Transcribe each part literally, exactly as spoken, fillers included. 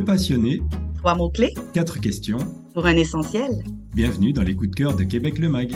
passionné, Trois mots-clés quatre questions. pour un essentiel. Bienvenue dans les coups de cœur de Québec le Mag.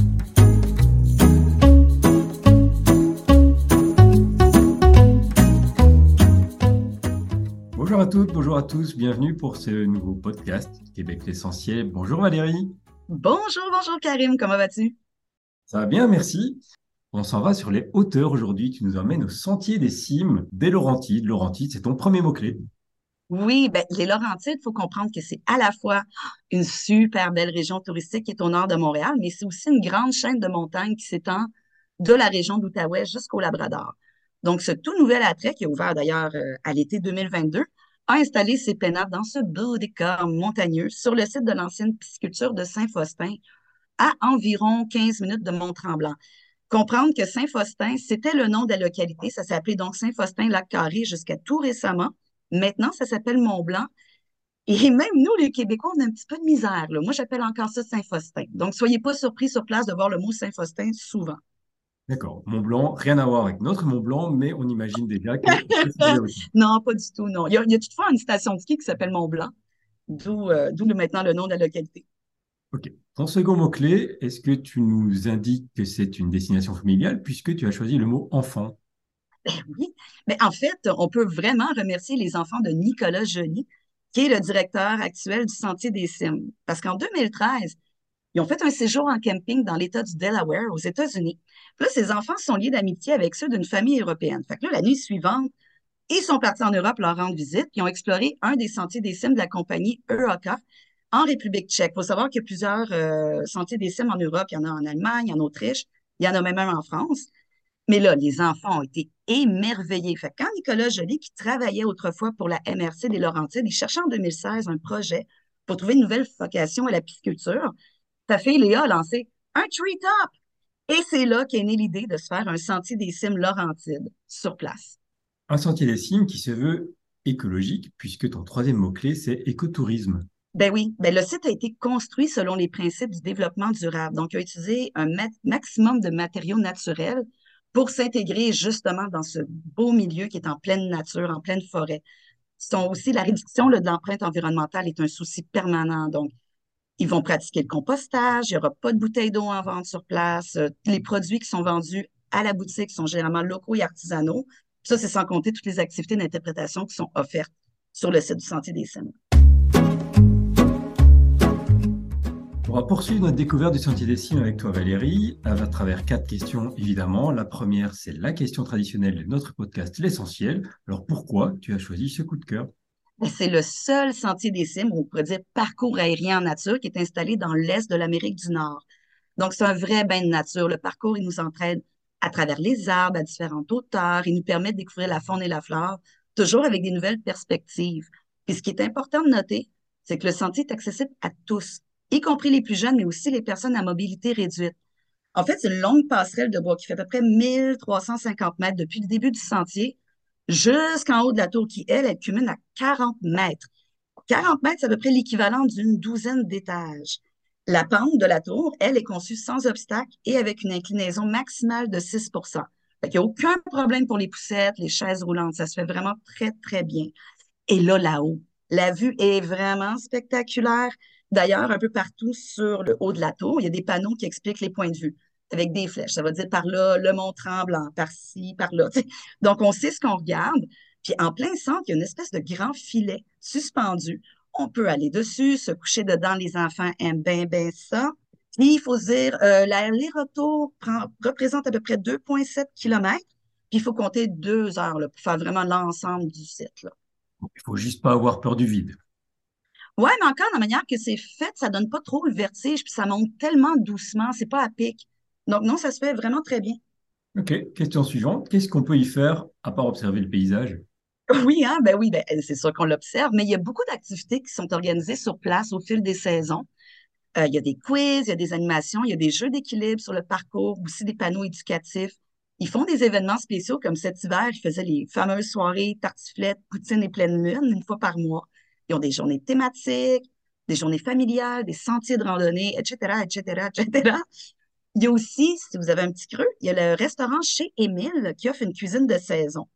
Bonjour à toutes, bonjour à tous, bienvenue pour ce nouveau podcast Québec l'essentiel. Bonjour Valérie. Bonjour, bonjour Karim, comment vas-tu? Ça va bien, merci. On s'en va sur les hauteurs aujourd'hui. Tu nous emmènes au Sentier des Cimes des Laurentides. Laurentides, c'est ton premier mot-clé. Oui, ben, les Laurentides, il faut comprendre que c'est à la fois une super belle région touristique qui est au nord de Montréal, mais c'est aussi une grande chaîne de montagnes qui s'étend de la région d'Outaouais jusqu'au Labrador. Donc, ce tout nouvel attrait, qui est ouvert d'ailleurs euh, à l'été deux mille vingt-deux, a installé ses pénates dans ce beau décor montagneux sur le site de l'ancienne pisciculture de Saint-Faustin, à environ quinze minutes de Mont-Tremblant. Comprendre que Saint-Faustin, c'était le nom de la localité. Ça s'appelait donc Saint-Faustin-Lac-Carré jusqu'à tout récemment. Maintenant, ça s'appelle Mont-Blanc. Et même nous, les Québécois, on a un petit peu de misère, là. Moi, j'appelle encore ça Saint-Faustin. Donc, soyez pas surpris sur place de voir le mot Saint-Faustin souvent. D'accord, Mont Blanc, rien à voir avec notre Mont Blanc, mais on imagine déjà que c'est bien aussi. Non, pas du tout, non. Il y a, il y a toutefois une station de ski qui s'appelle Mont-Blanc, d'où euh, d'où le- maintenant le nom de la localité. Ok. Ton second mot-clé, est-ce que tu nous indiques que c'est une destination familiale puisque tu as choisi le mot enfant? Oui, mais en fait, on peut vraiment remercier les enfants de Nicolas Joly, qui est le directeur actuel du Sentier des Cimes. Parce qu'en deux mille treize, ils ont fait un séjour en camping dans l'État du Delaware, aux États-Unis. Puis là, ces enfants sont liés d'amitié avec ceux d'une famille européenne. Fait que là, la nuit suivante, ils sont partis en Europe leur rendre visite, puis ils ont exploré un des sentiers des cimes de la compagnie E A K en République tchèque. Il faut savoir qu'il y a plusieurs euh, sentiers des cimes en Europe. Il y en a en Allemagne, en Autriche, il y en a même un en France. Mais là, les enfants ont été émerveillés. Fait que quand Nicolas Joly, qui travaillait autrefois pour la M R C des Laurentides, il cherchait en deux mille seize un projet pour trouver une nouvelle vocation à la pisciculture, sa fille Léa a lancé un tree top. Et c'est là qu'est née l'idée de se faire un sentier des cimes Laurentides sur place. Un sentier des cimes qui se veut écologique puisque ton troisième mot-clé, c'est écotourisme. Ben oui, ben le site a été construit selon les principes du développement durable. Donc, il a utilisé un ma- maximum de matériaux naturels pour s'intégrer justement dans ce beau milieu qui est en pleine nature, en pleine forêt. Sont aussi la réduction là, de l'empreinte environnementale est un souci permanent. Donc, ils vont pratiquer le compostage, il n'y aura pas de bouteilles d'eau en vente sur place. Euh, les produits qui sont vendus à la boutique sont généralement locaux et artisanaux. Ça, c'est sans compter toutes les activités d'interprétation qui sont offertes sur le site du Sentier des Cimes. On va poursuivre notre découverte du Sentier des Cimes avec toi, Valérie, à travers quatre questions, évidemment. La première, c'est la question traditionnelle de notre podcast, l'essentiel. Alors, pourquoi tu as choisi ce coup de cœur? C'est le seul sentier des cimes, on pourrait dire parcours aérien en nature, qui est installé dans l'est de l'Amérique du Nord. Donc, c'est un vrai bain de nature. Le parcours, il nous entraîne à travers les arbres, à différentes hauteurs. Il nous permet de découvrir la faune et la flore, toujours avec des nouvelles perspectives. Puis, ce qui est important de noter, c'est que le sentier est accessible à tous, y compris les plus jeunes, mais aussi les personnes à mobilité réduite. En fait, c'est une longue passerelle de bois qui fait à peu près mille trois cent cinquante mètres depuis le début du sentier jusqu'en haut de la tour qui, elle, elle culmine à quarante mètres. quarante mètres, c'est à peu près l'équivalent d'une douzaine d'étages. La pente de la tour, elle, est conçue sans obstacle et avec une inclinaison maximale de six pour cent. Fait qu'il n'y a aucun problème pour les poussettes, les chaises roulantes. Ça se fait vraiment très, très bien. Et là, là-haut, la vue est vraiment spectaculaire. D'ailleurs, un peu partout sur le haut de la tour, il y a des panneaux qui expliquent les points de vue avec des flèches. Ça va dire par là, le Mont-Tremblant, par-ci, par-là. Tu sais. Donc, on sait ce qu'on regarde. Puis, en plein centre, il y a une espèce de grand filet suspendu. On peut aller dessus, se coucher dedans. Les enfants aiment bien, bien ça. Puis, il faut se dire, euh, l'aller-retour prend- représente à peu près deux virgule sept kilomètres. Puis, il faut compter deux heures là, pour faire vraiment l'ensemble du site, là. Il faut juste pas avoir peur du vide. Ouais, mais encore, la manière que c'est fait, ça donne pas trop le vertige, puis ça monte tellement doucement, c'est pas à pic. Donc, non, ça se fait vraiment très bien. Ok, question suivante. Qu'est-ce qu'on peut y faire à part observer le paysage? Oui, hein, ben oui, ben, c'est sûr qu'on l'observe, mais il y a beaucoup d'activités qui sont organisées sur place au fil des saisons. Euh, il y a des quiz, il y a des animations, il y a des jeux d'équilibre sur le parcours, aussi des panneaux éducatifs. Ils font des événements spéciaux comme cet hiver, ils faisaient les fameuses soirées tartiflette, poutine et pleine lune une fois par mois. Ils ont des journées thématiques, des journées familiales, des sentiers de randonnée, et cetera, et cetera, et cetera. Il y a aussi, si vous avez un petit creux, il y a le restaurant chez Émile qui offre une cuisine de saison.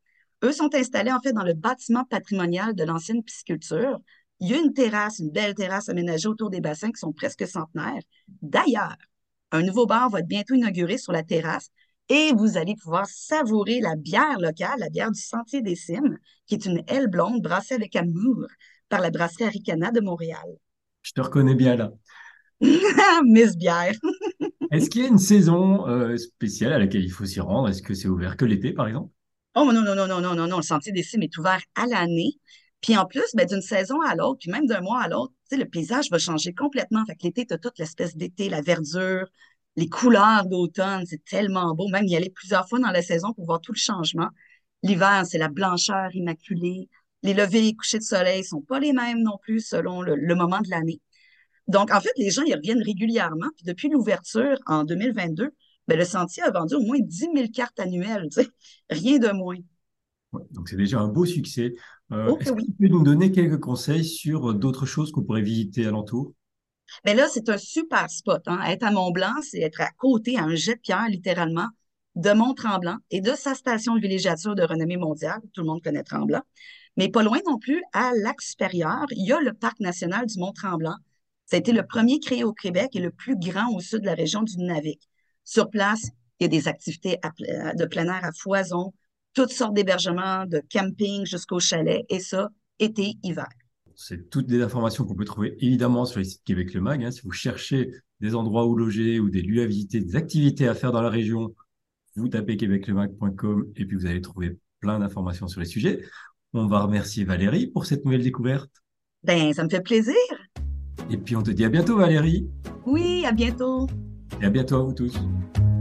Eux sont installés en fait dans le bâtiment patrimonial de l'ancienne pisciculture. Il y a une terrasse, une belle terrasse aménagée autour des bassins qui sont presque centenaires. D'ailleurs, un nouveau bar va être bientôt inauguré sur la terrasse et vous allez pouvoir savourer la bière locale, la bière du Sentier des Cimes, qui est une aile blonde brassée avec amour par la brasserie Aricana de Montréal. Je te reconnais bien là. Miss Bière. Est-ce qu'il y a une saison euh, spéciale à laquelle il faut s'y rendre? Est-ce que c'est ouvert que l'été, par exemple? Oh non, non, non, non, non, non, non, le Sentier des Cimes est ouvert à l'année. Puis en plus, ben, d'une saison à l'autre, puis même d'un mois à l'autre, tu sais, le paysage va changer complètement. Fait que l'été, tu as toute l'espèce d'été, la verdure, les couleurs d'automne, c'est tellement beau. Même y aller plusieurs fois dans la saison pour voir tout le changement. L'hiver, c'est la blancheur immaculée. Les levées et couchers de soleil sont pas les mêmes non plus selon le, le moment de l'année. Donc, en fait, les gens y reviennent régulièrement. Puis depuis l'ouverture en deux mille vingt-deux, ben, le sentier a vendu au moins dix mille cartes annuelles, tu sais. Rien de moins. Ouais, donc c'est déjà un beau succès. Euh, Oh que est-ce que oui. tu peux nous donner quelques conseils sur euh, d'autres choses qu'on pourrait visiter alentour? Mais là, c'est un super spot, hein. Être à Mont-Blanc, c'est être à côté, à un jet de pierre, littéralement, de Mont-Tremblant et de sa station de villégiature de renommée mondiale. Tout le monde connaît Tremblant. Mais pas loin non plus, à Lac-Supérieur, il y a le parc national du Mont-Tremblant. Ça a été le premier créé au Québec et le plus grand au sud de la région du Nunavik. Sur place, il y a des activités à pla- de plein air à foison, toutes sortes d'hébergements, de camping jusqu'au chalet, et ça, été, hiver. C'est toutes des informations qu'on peut trouver évidemment sur les sites Québec Le Mag, hein. Si vous cherchez des endroits où loger ou des lieux à visiter, des activités à faire dans la région, vous tapez québec le mag point com et puis vous allez trouver plein d'informations sur les sujets. On va remercier Valérie pour cette nouvelle découverte. Ben, ça me fait plaisir. Et puis on te dit à bientôt Valérie Oui, à bientôt. et à bientôt à vous tous.